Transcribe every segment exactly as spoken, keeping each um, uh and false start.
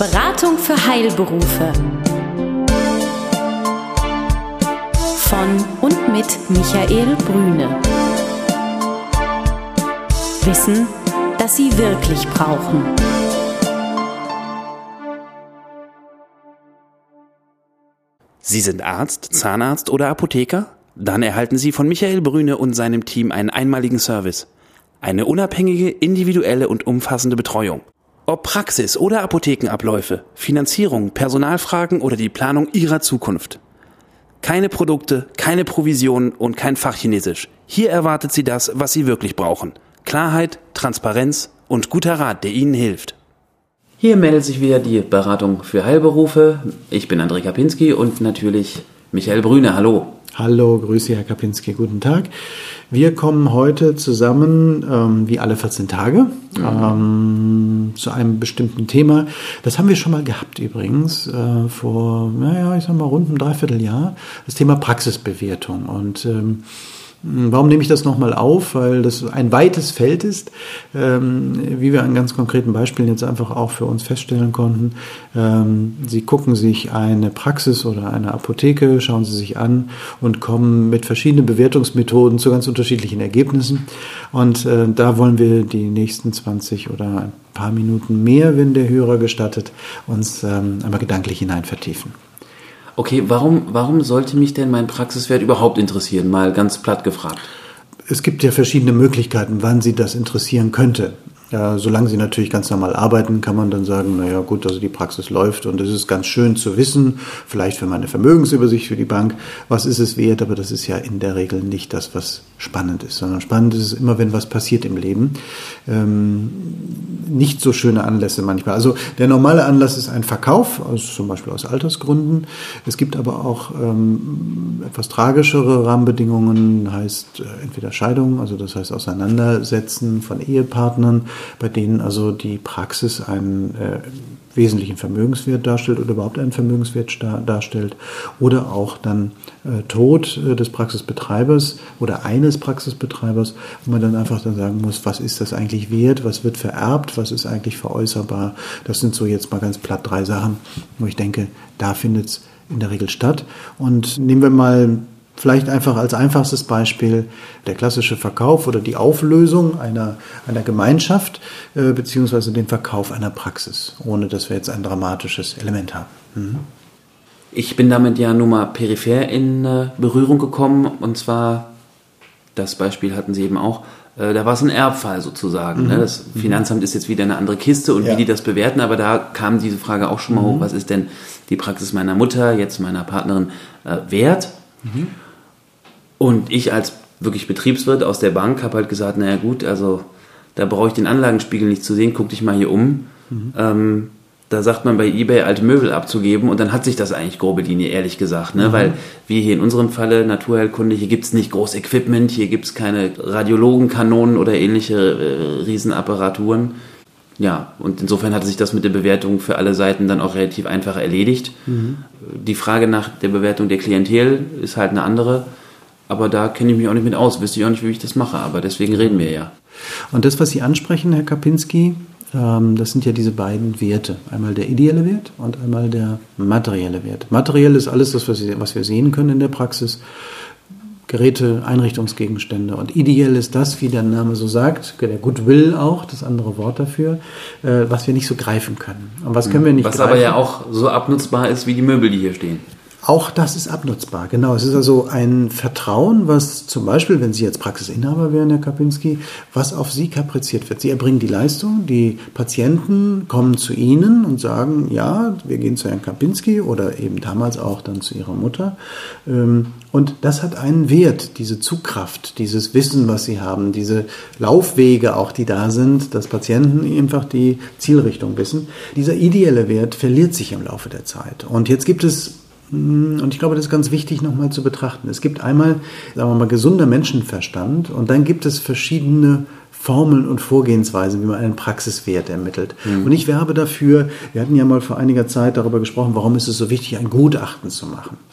Beratung für Heilberufe. Von und mit Michael Brüne. Wissen, das Sie wirklich brauchen. Sie sind Arzt, Zahnarzt oder Apotheker? Dann erhalten Sie von Michael Brüne und seinem Team einen einmaligen Service. Eine unabhängige, individuelle und umfassende Betreuung. Ob Praxis- oder Apothekenabläufe, Finanzierung, Personalfragen oder die Planung Ihrer Zukunft. Keine Produkte, keine Provisionen und kein Fachchinesisch. Hier erwartet Sie das, was Sie wirklich brauchen. Klarheit, Transparenz und guter Rat, der Ihnen hilft. Hier meldet sich wieder die Beratung für Heilberufe. Ich bin André Kapinski und natürlich Michael Brüne. Hallo. Hallo, grüße Herr Kapinski, guten Tag. Wir kommen heute zusammen, ähm, wie alle vierzehn Tage, ähm, zu einem bestimmten Thema. Das haben wir schon mal gehabt übrigens, äh, vor, naja, ich sag mal, rund einem Dreivierteljahr. Das Thema Praxisbewertung. Und ähm, warum nehme ich das nochmal auf? Weil das ein weites Feld ist, ähm, wie wir an ganz konkreten Beispielen jetzt einfach auch für uns feststellen konnten. Ähm, Sie gucken sich eine Praxis oder eine Apotheke, schauen Sie sich an und kommen mit verschiedenen Bewertungsmethoden zu ganz unterschiedlichen Ergebnissen. Und äh, da wollen wir die nächsten zwanzig oder ein paar Minuten mehr, wenn der Hörer gestattet, uns ähm, einmal gedanklich hinein vertiefen. Okay, warum, warum sollte mich denn mein Praxiswert überhaupt interessieren? Mal ganz platt gefragt. Es gibt ja verschiedene Möglichkeiten, wann Sie das interessieren könnte. Ja, solange Sie natürlich ganz normal arbeiten, kann man dann sagen, naja gut, also die Praxis läuft und es ist ganz schön zu wissen, vielleicht für meine Vermögensübersicht für die Bank, was ist es wert, aber das ist ja in der Regel nicht das, was spannend ist, sondern spannend ist es immer, wenn was passiert im Leben. Ähm, nicht so schöne Anlässe manchmal. Also der normale Anlass ist ein Verkauf, also zum Beispiel aus Altersgründen. Es gibt aber auch ähm, etwas tragischere Rahmenbedingungen, heißt äh, entweder Scheidung, also das heißt Auseinandersetzen von Ehepartnern, bei denen also die Praxis einen äh, wesentlichen Vermögenswert darstellt oder überhaupt einen Vermögenswert sta- darstellt oder auch dann äh, Tod äh, des Praxisbetreibers oder eines Praxisbetreibers, wo man dann einfach dann sagen muss, was ist das eigentlich wert, was wird vererbt, was ist eigentlich veräußerbar. Das sind so jetzt mal ganz platt drei Sachen, wo ich denke, da findet es in der Regel statt. Und nehmen wir mal vielleicht einfach als einfachstes Beispiel der klassische Verkauf oder die Auflösung einer, einer Gemeinschaft äh, beziehungsweise den Verkauf einer Praxis, ohne dass wir jetzt ein dramatisches Element haben. Mhm. Ich bin damit ja nun mal peripher in äh, Berührung gekommen und zwar, das Beispiel hatten Sie eben auch, äh, da war es ein Erbfall sozusagen. Mhm. Ne? Das Finanzamt ist jetzt wieder eine andere Kiste und ja. Wie die das bewerten, aber da kam diese Frage auch schon mal mhm. hoch, was ist denn die Praxis meiner Mutter, jetzt meiner Partnerin, äh, wert? Mhm. Und ich als wirklich Betriebswirt aus der Bank habe halt gesagt, naja gut, also da brauche ich den Anlagenspiegel nicht zu sehen, guck dich mal hier um. Mhm. Ähm, da sagt man bei eBay, alte Möbel abzugeben und dann hat sich das eigentlich grobe Linie, ehrlich gesagt. Ne? Mhm. Weil wir hier in unserem Falle, Naturheilkunde, hier gibt es nicht groß Equipment, hier gibt es keine Radiologenkanonen oder ähnliche äh, Riesenapparaturen. Ja, und insofern hatte sich das mit der Bewertung für alle Seiten dann auch relativ einfach erledigt. Mhm. Die Frage nach der Bewertung der Klientel ist halt eine andere. Aber da kenne ich mich auch nicht mit aus, wüsste ich auch nicht, wie ich das mache, aber deswegen reden wir ja. Und das, was Sie ansprechen, Herr Kapinski, ähm, das sind ja diese beiden Werte. Einmal der ideelle Wert und einmal der materielle Wert. Materiell ist alles das, was wir sehen können in der Praxis. Geräte, Einrichtungsgegenstände. Und ideell ist das, wie der Name so sagt, der Goodwill auch, das andere Wort dafür, äh, was wir nicht so greifen können. Und was können wir nicht was greifen? Aber ja auch so abnutzbar ist wie die Möbel, die hier stehen. Auch das ist abnutzbar, genau. Es ist also ein Vertrauen, was zum Beispiel, wenn Sie jetzt Praxisinhaber wären, Herr Kapinski, was auf Sie kapriziert wird. Sie erbringen die Leistung, die Patienten kommen zu Ihnen und sagen, ja, wir gehen zu Herrn Kapinski oder eben damals auch dann zu Ihrer Mutter. Und das hat einen Wert, diese Zugkraft, dieses Wissen, was Sie haben, diese Laufwege auch, die da sind, dass Patienten einfach die Zielrichtung wissen. Dieser ideelle Wert verliert sich im Laufe der Zeit. Und jetzt gibt es Und ich glaube, das ist ganz wichtig nochmal zu betrachten. Es gibt einmal, sagen wir mal, gesunder Menschenverstand und dann gibt es verschiedene Formeln und Vorgehensweisen, wie man einen Praxiswert ermittelt. Mhm. Und ich werbe dafür, wir hatten ja mal vor einiger Zeit darüber gesprochen, warum ist es so wichtig, ein Gutachten zu machen.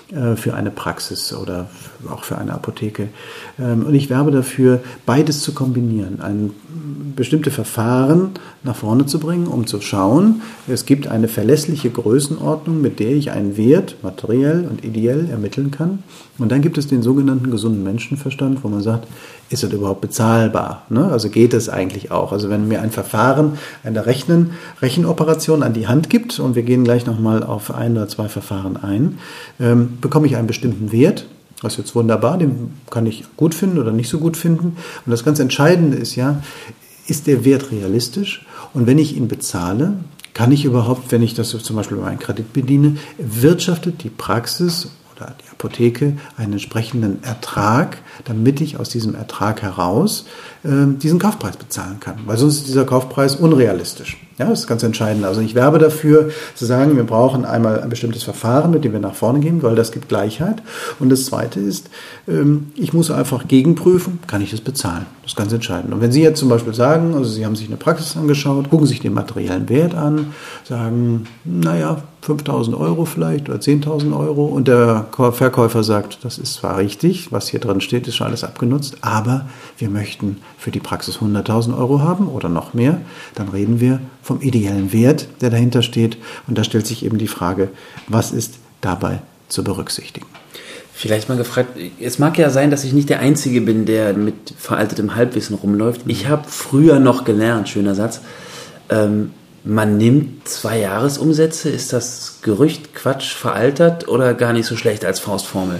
für eine Praxis oder auch für eine Apotheke. Und ich werbe dafür, beides zu kombinieren, ein bestimmte Verfahren nach vorne zu bringen, um zu schauen, es gibt eine verlässliche Größenordnung, mit der ich einen Wert materiell und ideell ermitteln kann. Und dann gibt es den sogenannten gesunden Menschenverstand, wo man sagt, ist das überhaupt bezahlbar? Ne? Also geht es eigentlich auch? Also wenn mir ein Verfahren, eine Rechnen, Rechenoperation an die Hand gibt, und wir gehen gleich nochmal auf ein oder zwei Verfahren ein, ähm, bekomme ich einen bestimmten Wert. Das ist jetzt wunderbar, den kann ich gut finden oder nicht so gut finden. Und das ganz Entscheidende ist ja, ist der Wert realistisch? Und wenn ich ihn bezahle, kann ich überhaupt, wenn ich das zum Beispiel über einen Kredit bediene, wirtschaftet die Praxis oder die Apotheke einen entsprechenden Ertrag, damit ich aus diesem Ertrag heraus äh, diesen Kaufpreis bezahlen kann. Weil sonst ist dieser Kaufpreis unrealistisch. Ja, das ist ganz entscheidend. Also ich werbe dafür, zu sagen, wir brauchen einmal ein bestimmtes Verfahren, mit dem wir nach vorne gehen, weil das gibt Gleichheit. Und das Zweite ist, ich muss einfach gegenprüfen, kann ich das bezahlen? Das ist ganz entscheidend. Und wenn Sie jetzt zum Beispiel sagen, also Sie haben sich eine Praxis angeschaut, gucken sich den materiellen Wert an, sagen, naja, fünftausend Euro vielleicht oder zehntausend Euro, und der Verkäufer sagt, das ist zwar richtig, was hier drin steht, ist schon alles abgenutzt, aber wir möchten für die Praxis hunderttausend Euro haben oder noch mehr, dann reden wir vom ideellen Wert, der dahinter steht. Und da stellt sich eben die Frage, was ist dabei zu berücksichtigen? Vielleicht mal gefragt, es mag ja sein, dass ich nicht der Einzige bin, der mit veraltetem Halbwissen rumläuft. Ich habe früher noch gelernt, schöner Satz, ähm, man nimmt zwei Jahresumsätze. Ist das Gerücht Quatsch, veraltert oder gar nicht so schlecht als Faustformel?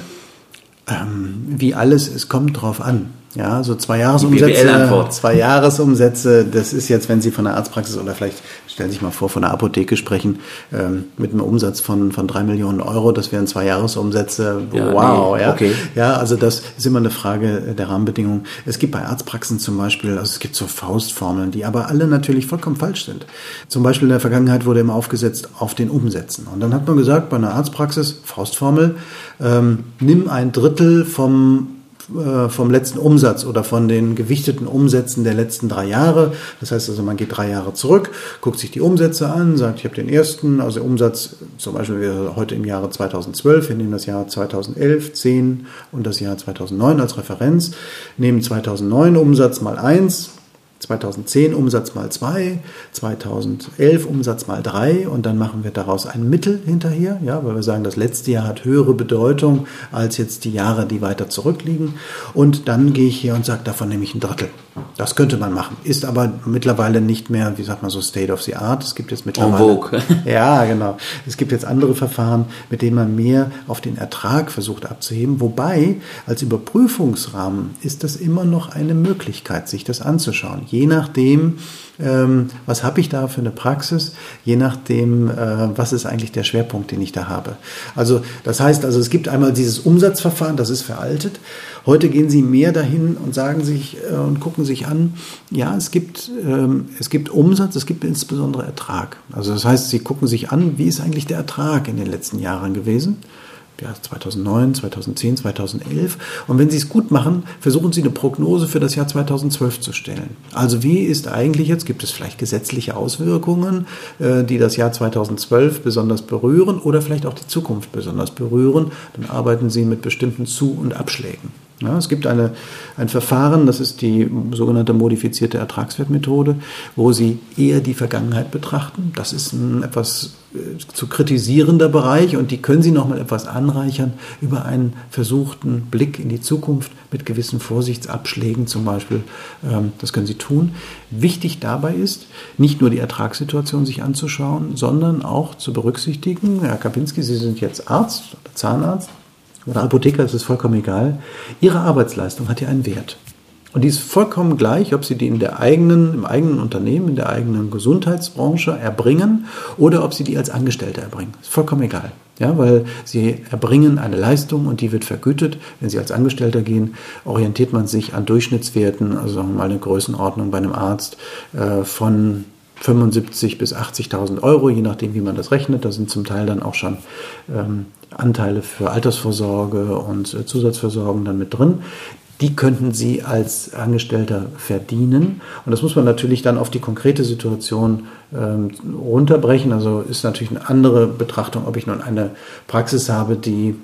Ähm, wie alles, es kommt drauf an. Ja, so zwei Jahresumsätze, B W L-Antwort. zwei Jahresumsätze, das ist jetzt, wenn Sie von einer Arztpraxis oder vielleicht stellen Sie sich mal vor, von einer Apotheke sprechen, ähm, mit einem Umsatz von, von drei Millionen Euro, das wären zwei Jahresumsätze, ja, wow, nee, ja. Okay. Ja, also das ist immer eine Frage der Rahmenbedingungen. Es gibt bei Arztpraxen zum Beispiel, also es gibt so Faustformeln, die aber alle natürlich vollkommen falsch sind. Zum Beispiel in der Vergangenheit wurde immer aufgesetzt auf den Umsätzen. Und dann hat man gesagt, bei einer Arztpraxis, Faustformel, ähm, nimm ein Drittel vom vom letzten Umsatz oder von den gewichteten Umsätzen der letzten drei Jahre. Das heißt also, man geht drei Jahre zurück, guckt sich die Umsätze an, sagt, ich habe den ersten, also Umsatz zum Beispiel wäre heute im Jahre zweitausendzwölf, wir nehmen das Jahr zweitausendelf, zehn und das Jahr zweitausendneun als Referenz, nehmen zweitausendneun Umsatz mal eins, zweitausendzehn Umsatz mal zwei, zweitausendelf Umsatz mal drei, und dann machen wir daraus ein Mittel hinterher, ja, weil wir sagen, das letzte Jahr hat höhere Bedeutung als jetzt die Jahre, die weiter zurückliegen, und dann gehe ich hier und sage, davon nehme ich ein Drittel. Das könnte man machen, ist aber mittlerweile nicht mehr, wie sagt man so, State of the Art. Es gibt jetzt mittlerweile, en vogue. Ja, genau. Es gibt jetzt andere Verfahren, mit denen man mehr auf den Ertrag versucht abzuheben, wobei als Überprüfungsrahmen ist das immer noch eine Möglichkeit, sich das anzuschauen. Je nachdem, ähm, was habe ich da für eine Praxis, je nachdem, äh, was ist eigentlich der Schwerpunkt, den ich da habe. Also das heißt, also es gibt einmal dieses Umsatzverfahren, das ist veraltet. Heute gehen Sie mehr dahin und sagen sich äh, und gucken sich an, ja, es gibt, ähm, es gibt Umsatz, es gibt insbesondere Ertrag. Also das heißt, Sie gucken sich an, wie ist eigentlich der Ertrag in den letzten Jahren gewesen? Ja, zweitausendneun, zweitausendzehn, zweitausendelf. Und wenn Sie es gut machen, versuchen Sie eine Prognose für das Jahr zweitausendzwölf zu stellen. Also wie ist eigentlich jetzt, gibt es vielleicht gesetzliche Auswirkungen, äh, die das Jahr zweitausendzwölf besonders berühren oder vielleicht auch die Zukunft besonders berühren? Dann arbeiten Sie mit bestimmten Zu- und Abschlägen. Ja, es gibt eine, ein Verfahren, das ist die sogenannte modifizierte Ertragswertmethode, wo Sie eher die Vergangenheit betrachten. Das ist ein etwas zu kritisierender Bereich, und die können Sie noch mal etwas anreichern über einen versuchten Blick in die Zukunft mit gewissen Vorsichtsabschlägen zum Beispiel. Das können Sie tun. Wichtig dabei ist, nicht nur die Ertragssituation sich anzuschauen, sondern auch zu berücksichtigen, Herr Kapinski, Sie sind jetzt Arzt oder Zahnarzt, oder Apotheker, ist es vollkommen egal. Ihre Arbeitsleistung hat ja einen Wert. Und die ist vollkommen gleich, ob Sie die in der eigenen, im eigenen Unternehmen, in der eigenen Gesundheitsbranche erbringen oder ob Sie die als Angestellte erbringen. Ist vollkommen egal. Ja, weil Sie erbringen eine Leistung und die wird vergütet. Wenn Sie als Angestellter gehen, orientiert man sich an Durchschnittswerten, also sagen wir mal eine Größenordnung bei einem Arzt äh, von fünfundsiebzig bis achtzigtausend Euro, je nachdem, wie man das rechnet. Da sind zum Teil dann auch schon ähm, Anteile für Altersvorsorge und äh, Zusatzversorgung dann mit drin. Die könnten Sie als Angestellter verdienen. Und das muss man natürlich dann auf die konkrete Situation ähm, runterbrechen. Also ist natürlich eine andere Betrachtung, ob ich nun eine Praxis habe, die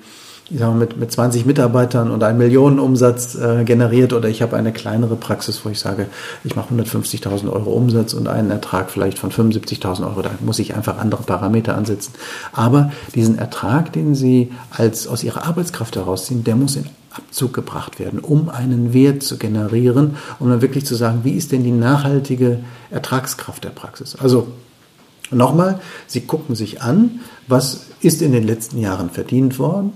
ich sag mal, mit, mit zwanzig Mitarbeitern und einen Millionenumsatz äh, generiert, oder ich habe eine kleinere Praxis, wo ich sage, ich mache hundertfünfzigtausend Euro Umsatz und einen Ertrag vielleicht von fünfundsiebzigtausend Euro, da muss ich einfach andere Parameter ansetzen. Aber diesen Ertrag, den Sie als aus Ihrer Arbeitskraft herausziehen, der muss in Abzug gebracht werden, um einen Wert zu generieren, um dann wirklich zu sagen, wie ist denn die nachhaltige Ertragskraft der Praxis? Also nochmal, Sie gucken sich an, was ist in den letzten Jahren verdient worden,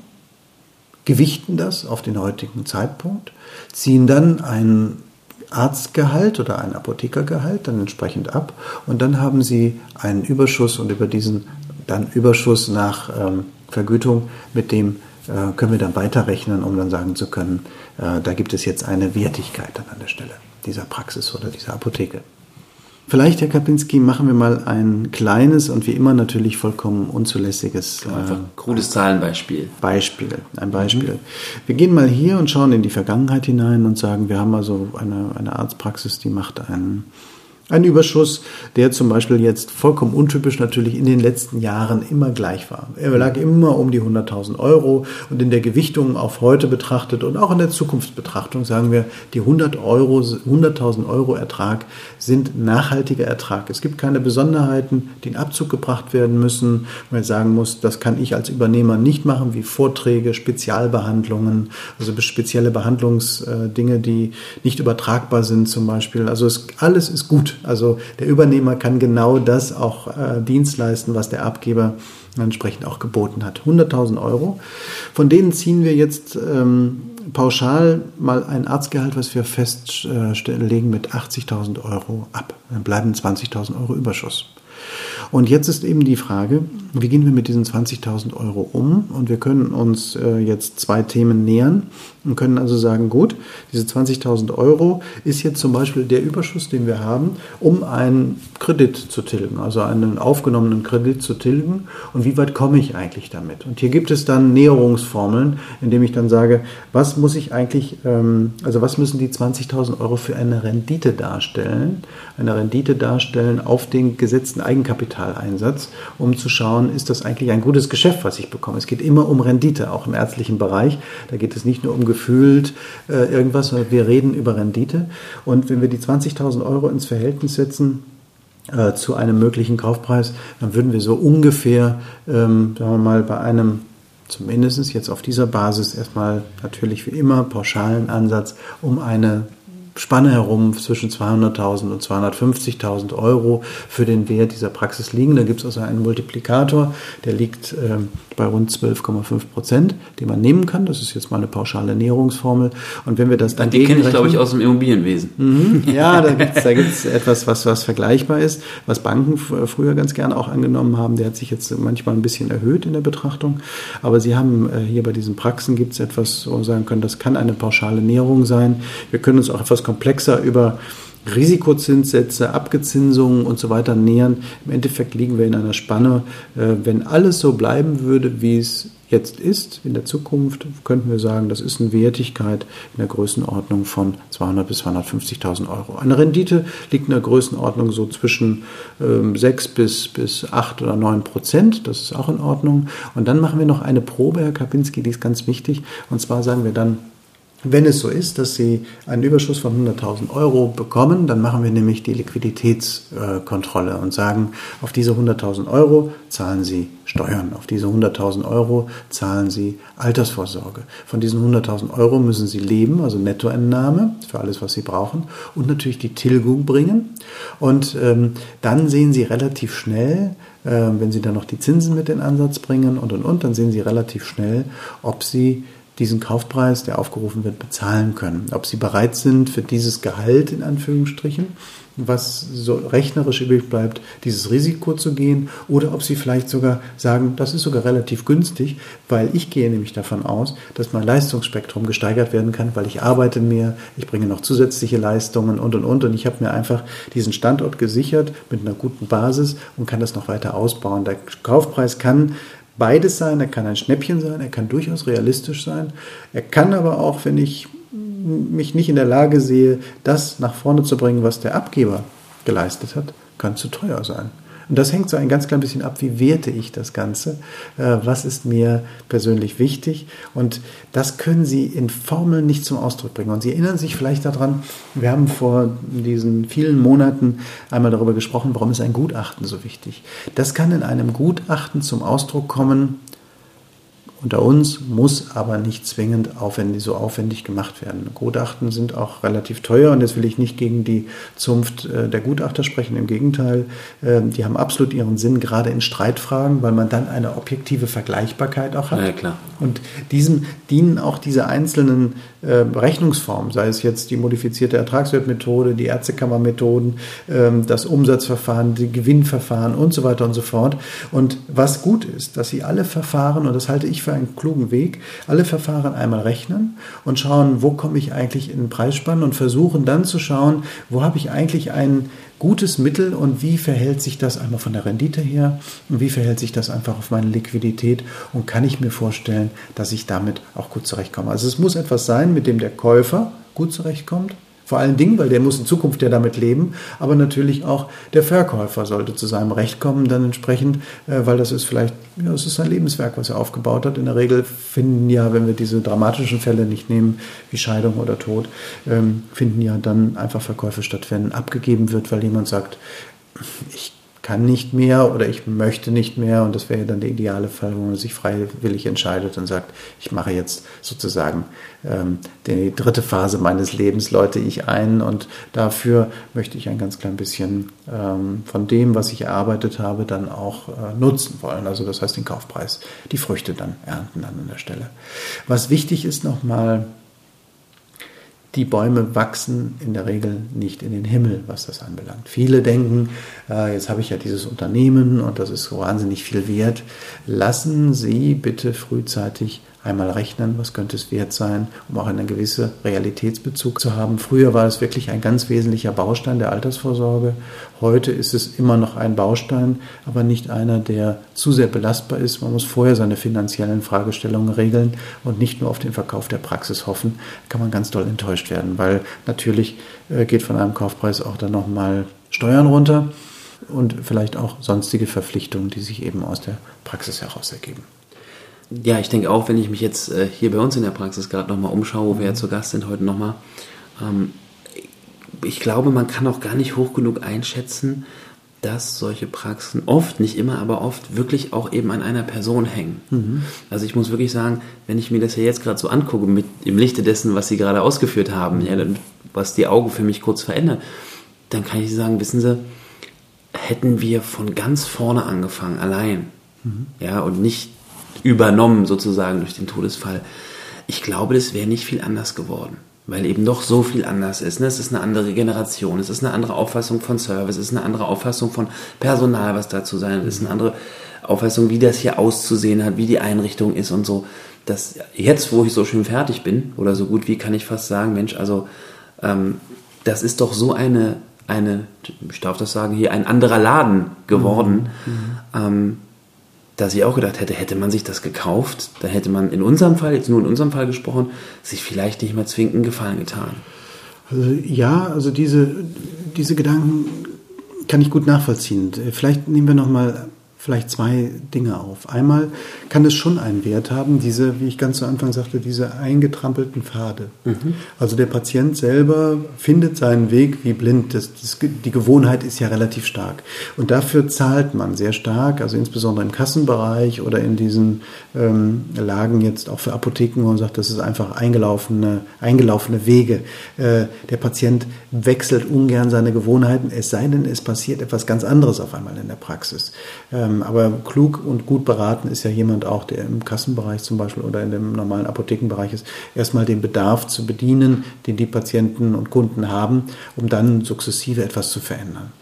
gewichten das auf den heutigen Zeitpunkt, ziehen dann ein Arztgehalt oder ein Apothekergehalt dann entsprechend ab und dann haben Sie einen Überschuss und über diesen dann Überschuss nach ähm, Vergütung, mit dem äh, können wir dann weiterrechnen, um dann sagen zu können, äh, da gibt es jetzt eine Wertigkeit dann an der Stelle dieser Praxis oder dieser Apotheke. Vielleicht, Herr Kapinski, machen wir mal ein kleines und wie immer natürlich vollkommen unzulässiges Einfach ein krudes Zahlenbeispiel. Beispiel, ein Beispiel. Mhm. Wir gehen mal hier und schauen in die Vergangenheit hinein und sagen, wir haben also eine, eine Arztpraxis, die macht einen, einen Überschuss, der zum Beispiel jetzt vollkommen untypisch natürlich in den letzten Jahren immer gleich war. Er lag immer um die hunderttausend Euro und in der Gewichtung auf heute betrachtet und auch in der Zukunftsbetrachtung sagen wir, die hundert Euro, hunderttausend Euro Ertrag sind nachhaltiger Ertrag. Es gibt keine Besonderheiten, die in Abzug gebracht werden müssen, wo man sagen muss, das kann ich als Übernehmer nicht machen, wie Vorträge, Spezialbehandlungen, also spezielle Behandlungsdinge, die nicht übertragbar sind zum Beispiel. Also es, alles ist gut. Also der Übernehmer kann genau das auch äh, Dienst leisten, was der Abgeber entsprechend auch geboten hat. hunderttausend Euro. Von denen ziehen wir jetzt ähm, pauschal mal ein Arztgehalt, was wir festlegen, mit achtzigtausend Euro ab. Dann bleiben zwanzigtausend Euro Überschuss. Und jetzt ist eben die Frage, wie gehen wir mit diesen zwanzigtausend Euro um? Und wir können uns äh, jetzt zwei Themen nähern und können also sagen, gut, diese zwanzigtausend Euro ist jetzt zum Beispiel der Überschuss, den wir haben, um einen Kredit zu tilgen, also einen aufgenommenen Kredit zu tilgen. Und wie weit komme ich eigentlich damit? Und hier gibt es dann Näherungsformeln, indem ich dann sage, was muss ich eigentlich, ähm, also was müssen die zwanzigtausend Euro für eine Rendite darstellen? Eine Rendite darstellen auf den gesetzten Eigenkapitaleinsatz, um zu schauen, ist das eigentlich ein gutes Geschäft, was ich bekomme. Es geht immer um Rendite, auch im ärztlichen Bereich. Da geht es nicht nur um gefühlt äh, irgendwas, sondern wir reden über Rendite. Und wenn wir die zwanzigtausend Euro ins Verhältnis setzen äh, zu einem möglichen Kaufpreis, dann würden wir so ungefähr, ähm, sagen wir mal, bei einem zumindest jetzt auf dieser Basis erstmal natürlich wie immer pauschalen Ansatz um eine Spanne herum zwischen zweihunderttausend und zweihundertfünfzigtausend Euro für den Wert dieser Praxis liegen. Da gibt es also einen Multiplikator, der liegt äh, bei rund zwölf Komma fünf Prozent, den man nehmen kann. Das ist jetzt mal eine pauschale Näherungsformel. Und wenn wir das dann Die kenne ich, glaube ich, aus dem Immobilienwesen. Mhm. Ja, da gibt es da gibt's etwas, was, was vergleichbar ist, was Banken f- früher ganz gerne auch angenommen haben. Der hat sich jetzt manchmal ein bisschen erhöht in der Betrachtung. Aber Sie haben äh, hier bei diesen Praxen gibt es etwas, wo wir sagen können, das kann eine pauschale Näherung sein. Wir können uns auch etwas komplexer über Risikozinssätze, Abgezinsungen und so weiter nähern. Im Endeffekt liegen wir in einer Spanne. Wenn alles so bleiben würde, wie es jetzt ist, in der Zukunft, könnten wir sagen, das ist eine Wertigkeit in der Größenordnung von zweihundert bis zweihundertfünfzigtausend Euro. Eine Rendite liegt in der Größenordnung so zwischen ähm, sechs bis, bis acht oder neun Prozent. Das ist auch in Ordnung. Und dann machen wir noch eine Probe, Herr Kapinski, die ist ganz wichtig. Und zwar sagen wir dann, wenn es so ist, dass Sie einen Überschuss von hunderttausend Euro bekommen, dann machen wir nämlich die Liquiditätskontrolle und sagen, auf diese hunderttausend Euro zahlen Sie Steuern, auf diese hunderttausend Euro zahlen Sie Altersvorsorge. Von diesen hunderttausend Euro müssen Sie leben, also Nettoentnahme für alles, was Sie brauchen und natürlich die Tilgung bringen. Und ähm, dann sehen Sie relativ schnell, äh, wenn Sie dann noch die Zinsen mit in Ansatz bringen und und und, dann sehen Sie relativ schnell, ob Sie diesen Kaufpreis, der aufgerufen wird, bezahlen können. Ob sie bereit sind, für dieses Gehalt, in Anführungsstrichen, was so rechnerisch übrig bleibt, dieses Risiko zu gehen, oder ob sie vielleicht sogar sagen, das ist sogar relativ günstig, weil ich gehe nämlich davon aus, dass mein Leistungsspektrum gesteigert werden kann, weil ich arbeite mehr, ich bringe noch zusätzliche Leistungen und und und und ich habe mir einfach diesen Standort gesichert mit einer guten Basis und kann das noch weiter ausbauen. Der Kaufpreis kann beides sein, er kann ein Schnäppchen sein, er kann durchaus realistisch sein, er kann aber auch, wenn ich mich nicht in der Lage sehe, das nach vorne zu bringen, was der Abgeber geleistet hat, kann zu teuer sein. Und das hängt so ein ganz klein bisschen ab, wie werte ich das Ganze, äh, was ist mir persönlich wichtig. Und das können Sie in Formeln nicht zum Ausdruck bringen. Und Sie erinnern sich vielleicht daran, wir haben vor diesen vielen Monaten einmal darüber gesprochen, warum ist ein Gutachten so wichtig. Das kann in einem Gutachten zum Ausdruck kommen, unter uns, muss aber nicht zwingend aufwendig, so aufwendig gemacht werden. Gutachten sind auch relativ teuer und jetzt will ich nicht gegen die Zunft äh, der Gutachter sprechen, im Gegenteil, äh, die haben absolut ihren Sinn, gerade in Streitfragen, weil man dann eine objektive Vergleichbarkeit auch hat. Ja, klar. Und diesem dienen auch diese einzelnen äh, Berechnungsformen, sei es jetzt die modifizierte Ertragswertmethode, die Ärztekammermethoden, äh, das Umsatzverfahren, die Gewinnverfahren und so weiter und so fort. Und was gut ist, dass Sie alle Verfahren, und das halte ich für einen klugen Weg, alle Verfahren einmal rechnen und schauen, wo komme ich eigentlich in den Preisspannen und versuchen dann zu schauen, wo habe ich eigentlich ein gutes Mittel und wie verhält sich das einmal von der Rendite her und wie verhält sich das einfach auf meine Liquidität und kann ich mir vorstellen, dass ich damit auch gut zurechtkomme. Also es muss etwas sein, mit dem der Käufer gut zurechtkommt. Vor allen Dingen, weil der muss in Zukunft ja damit leben, aber natürlich auch der Verkäufer sollte zu seinem Recht kommen, dann entsprechend, äh, weil das ist vielleicht, ja, es ist sein Lebenswerk, was er aufgebaut hat. In der Regel finden ja, wenn wir diese dramatischen Fälle nicht nehmen, wie Scheidung oder Tod, ähm, finden ja dann einfach Verkäufe statt, wenn abgegeben wird, weil jemand sagt, ich kann nicht mehr oder ich möchte nicht mehr, und das wäre ja dann der ideale Fall, wo man sich freiwillig entscheidet und sagt, ich mache jetzt sozusagen ähm, die dritte Phase meines Lebens, läute ich ein und dafür möchte ich ein ganz klein bisschen ähm, von dem, was ich erarbeitet habe, dann auch äh, nutzen wollen. Also das heißt den Kaufpreis, die Früchte dann ernten dann an der Stelle. Was wichtig ist nochmal, die Bäume wachsen in der Regel nicht in den Himmel, was das anbelangt. Viele denken, äh, jetzt habe ich ja dieses Unternehmen und das ist so wahnsinnig viel wert. Lassen Sie bitte frühzeitig einmal rechnen, was könnte es wert sein, um auch einen gewissen Realitätsbezug zu haben. Früher war es wirklich ein ganz wesentlicher Baustein der Altersvorsorge. Heute ist es immer noch ein Baustein, aber nicht einer, der zu sehr belastbar ist. Man muss vorher seine finanziellen Fragestellungen regeln und nicht nur auf den Verkauf der Praxis hoffen. Da kann man ganz doll enttäuscht werden, weil natürlich äh, geht von einem Kaufpreis auch dann nochmal Steuern runter und vielleicht auch sonstige Verpflichtungen, die sich eben aus der Praxis heraus ergeben. Ja, ich denke auch, wenn ich mich jetzt äh, hier bei uns in der Praxis gerade nochmal umschaue, wo wir ja zu Gast sind heute nochmal, ähm, ich glaube, man kann auch gar nicht hoch genug einschätzen, dass solche Praxen oft, nicht immer, aber oft wirklich auch eben an einer Person hängen. Mhm. Also ich muss wirklich sagen, wenn ich mir das ja jetzt gerade so angucke, mit im Lichte dessen, was Sie gerade ausgeführt haben, ja, was die Augen für mich kurz verändert, dann kann ich sagen, wissen Sie, hätten wir von ganz vorne angefangen, allein, mhm. ja, und nicht übernommen sozusagen durch den Todesfall. Ich glaube, das wäre nicht viel anders geworden, weil eben doch so viel anders ist. Es ist eine andere Generation, es ist eine andere Auffassung von Service, es ist eine andere Auffassung von Personal, was da zu sein hat, es ist eine andere Auffassung, wie das hier auszusehen hat, wie die Einrichtung ist und so. Das, jetzt, wo ich so schön fertig bin, oder so gut wie, kann ich fast sagen, Mensch, also ähm, das ist doch so eine, eine, ich darf das sagen, hier ein anderer Laden geworden, mhm. ähm, dass ich auch gedacht hätte, hätte man sich das gekauft, dann hätte man in unserem Fall, jetzt nur in unserem Fall gesprochen, sich vielleicht nicht mehr zwingend einen Gefallen getan. Also, ja, also diese, diese Gedanken kann ich gut nachvollziehen. Vielleicht nehmen wir nochmal vielleicht zwei Dinge auf. Einmal kann es schon einen Wert haben, diese, wie ich ganz zu Anfang sagte, diese eingetrampelten Pfade. Mhm. Also der Patient selber findet seinen Weg wie blind. Das, das, die Gewohnheit ist ja relativ stark. Und dafür zahlt man sehr stark, also insbesondere im Kassenbereich oder in diesen ähm, Lagen jetzt auch für Apotheken, wo man sagt, das ist einfach eingelaufene, eingelaufene Wege. Äh, der Patient wechselt ungern seine Gewohnheiten, es sei denn, es passiert etwas ganz anderes auf einmal in der Praxis. Ähm, Aber klug und gut beraten ist ja jemand auch, der im Kassenbereich zum Beispiel oder in dem normalen Apothekenbereich ist, erstmal den Bedarf zu bedienen, den die Patienten und Kunden haben, um dann sukzessive etwas zu verändern.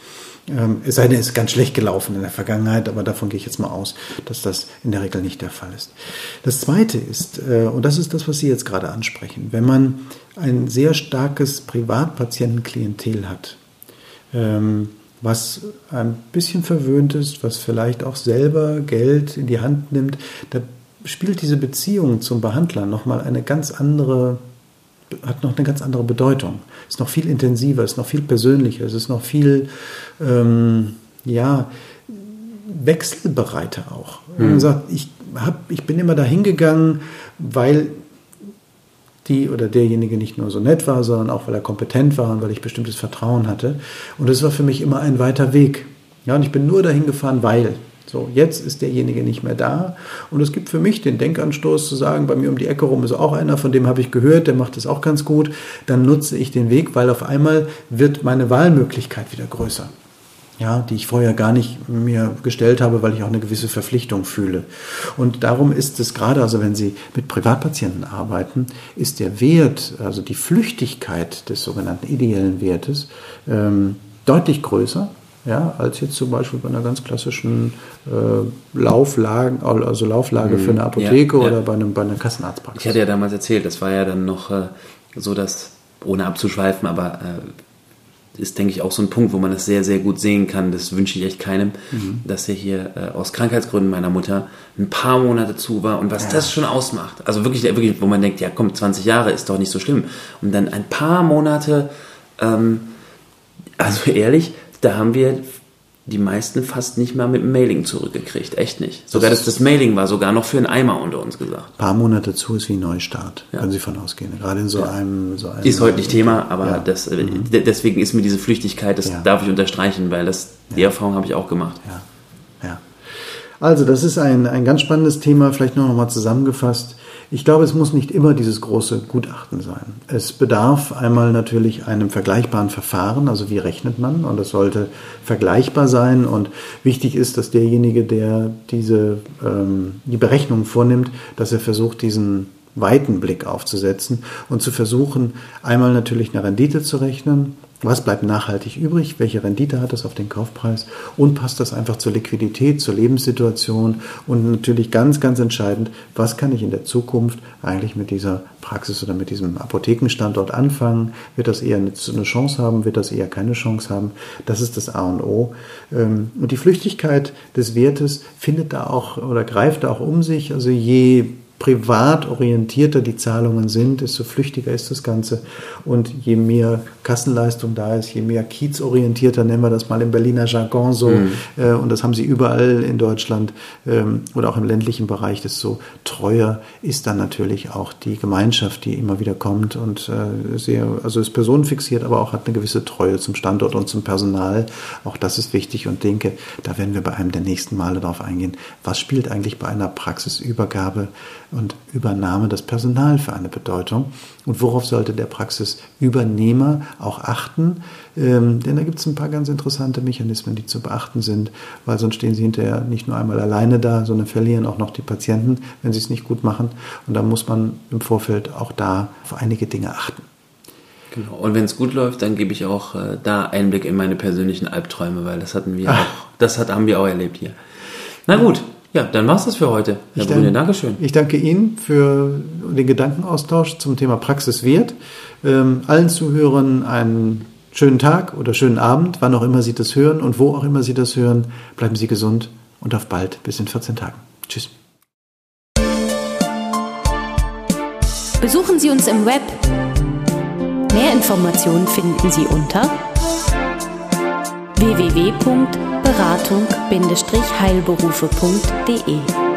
Es sei denn, es ist ganz schlecht gelaufen in der Vergangenheit, aber davon gehe ich jetzt mal aus, dass das in der Regel nicht der Fall ist. Das Zweite ist, und das ist das, was Sie jetzt gerade ansprechen, wenn man ein sehr starkes Privatpatientenklientel hat, was ein bisschen verwöhnt ist, was vielleicht auch selber Geld in die Hand nimmt, da spielt diese Beziehung zum Behandler nochmal eine ganz andere, hat noch eine ganz andere Bedeutung. Ist noch viel intensiver, ist noch viel persönlicher, es ist noch viel, ähm, ja, wechselbereiter auch. Mhm. Man sagt, ich, hab, ich bin immer da hingegangen, weil die oder derjenige nicht nur so nett war, sondern auch, weil er kompetent war und weil ich bestimmtes Vertrauen hatte. Und das war für mich immer ein weiter Weg. Ja, und ich bin nur dahin gefahren, weil. So, jetzt ist derjenige nicht mehr da. Und es gibt für mich den Denkanstoß zu sagen, bei mir um die Ecke rum ist auch einer, von dem habe ich gehört, der macht das auch ganz gut. Dann nutze ich den Weg, weil auf einmal wird meine Wahlmöglichkeit wieder größer. Ja, die ich vorher gar nicht mir gestellt habe, weil ich auch eine gewisse Verpflichtung fühle. Und darum ist es gerade, also wenn Sie mit Privatpatienten arbeiten, ist der Wert, also die Flüchtigkeit des sogenannten ideellen Wertes, ähm, deutlich größer, ja, als jetzt zum Beispiel bei einer ganz klassischen äh, Lauflage, also Lauflage mhm. für eine Apotheke ja, ja. oder bei, einem, bei einer Kassenarztpraxis. Ich hatte ja damals erzählt, das war ja dann noch äh, so, dass, ohne abzuschweifen, aber äh, ist, denke ich, auch so ein Punkt, wo man das sehr, sehr gut sehen kann. Das wünsche ich echt keinem, mhm. dass er hier äh, aus Krankheitsgründen meiner Mutter ein paar Monate zu war und was ja. das schon ausmacht. Also wirklich, wirklich, wo man denkt, ja komm, zwanzig Jahre ist doch nicht so schlimm. Und dann ein paar Monate, ähm, also ehrlich, da haben wir die meisten fast nicht mal mit dem Mailing zurückgekriegt. Echt nicht. Sogar das, das Mailing war sogar noch für einen Eimer unter uns gesagt. Ein paar Monate zu ist wie ein Neustart, ja. können Sie von ausgehen. Gerade in so ja. einem... So einem ist heute nicht Thema, aber ja. das, mhm. deswegen ist mir diese Flüchtigkeit, das ja. darf ich unterstreichen, weil das, die ja. Erfahrung habe ich auch gemacht. Ja. Ja. Also das ist ein, ein ganz spannendes Thema, vielleicht nur noch mal zusammengefasst. Ich glaube, es muss nicht immer dieses große Gutachten sein. Es bedarf einmal natürlich einem vergleichbaren Verfahren, also wie rechnet man, und das sollte vergleichbar sein und wichtig ist, dass derjenige, der diese, ähm, die Berechnung vornimmt, dass er versucht, diesen weiten Blick aufzusetzen und zu versuchen, einmal natürlich eine Rendite zu rechnen. Was bleibt nachhaltig übrig? Welche Rendite hat das auf den Kaufpreis? Und passt das einfach zur Liquidität, zur Lebenssituation? Und natürlich ganz, ganz entscheidend, was kann ich in der Zukunft eigentlich mit dieser Praxis oder mit diesem Apothekenstandort anfangen? Wird das eher eine Chance haben? Wird das eher keine Chance haben? Das ist das A und O. Und die Flüchtigkeit des Wertes findet da auch oder greift da auch um sich. Also je privat orientierter die Zahlungen sind, desto flüchtiger ist das Ganze. Und je mehr Kassenleistung da ist, je mehr kiezorientierter, nennen wir das mal im Berliner Jargon so, mhm. äh, und das haben sie überall in Deutschland ähm, oder auch im ländlichen Bereich, desto treuer ist dann natürlich auch die Gemeinschaft, die immer wieder kommt und äh, sehr, also ist personenfixiert, aber auch hat eine gewisse Treue zum Standort und zum Personal. Auch das ist wichtig und denke, da werden wir bei einem der nächsten Male darauf eingehen, was spielt eigentlich bei einer Praxisübergabe und Übernahme das Personal für eine Bedeutung und worauf sollte der Praxisübernehmer auch achten, ähm, denn da gibt es ein paar ganz interessante Mechanismen, die zu beachten sind, weil sonst stehen sie hinterher nicht nur einmal alleine da, sondern verlieren auch noch die Patienten, wenn sie es nicht gut machen und da muss man im Vorfeld auch da auf einige Dinge achten. Genau. Und wenn es gut läuft, dann gebe ich auch äh, da Einblick in meine persönlichen Albträume, weil das hatten wir Ach. auch, das hat, haben wir auch erlebt hier. Na gut. Ja, dann war's das für heute. Herr Brüne, danke, Dankeschön. Ich danke Ihnen für den Gedankenaustausch zum Thema Praxiswert. Ähm, allen Zuhörern einen schönen Tag oder schönen Abend, wann auch immer Sie das hören und wo auch immer Sie das hören. Bleiben Sie gesund und auf bald bis in vierzehn Tagen. Tschüss. Besuchen Sie uns im Web. Mehr Informationen finden Sie unter w w w punkt beratung Bindestrich heilberufe punkt de.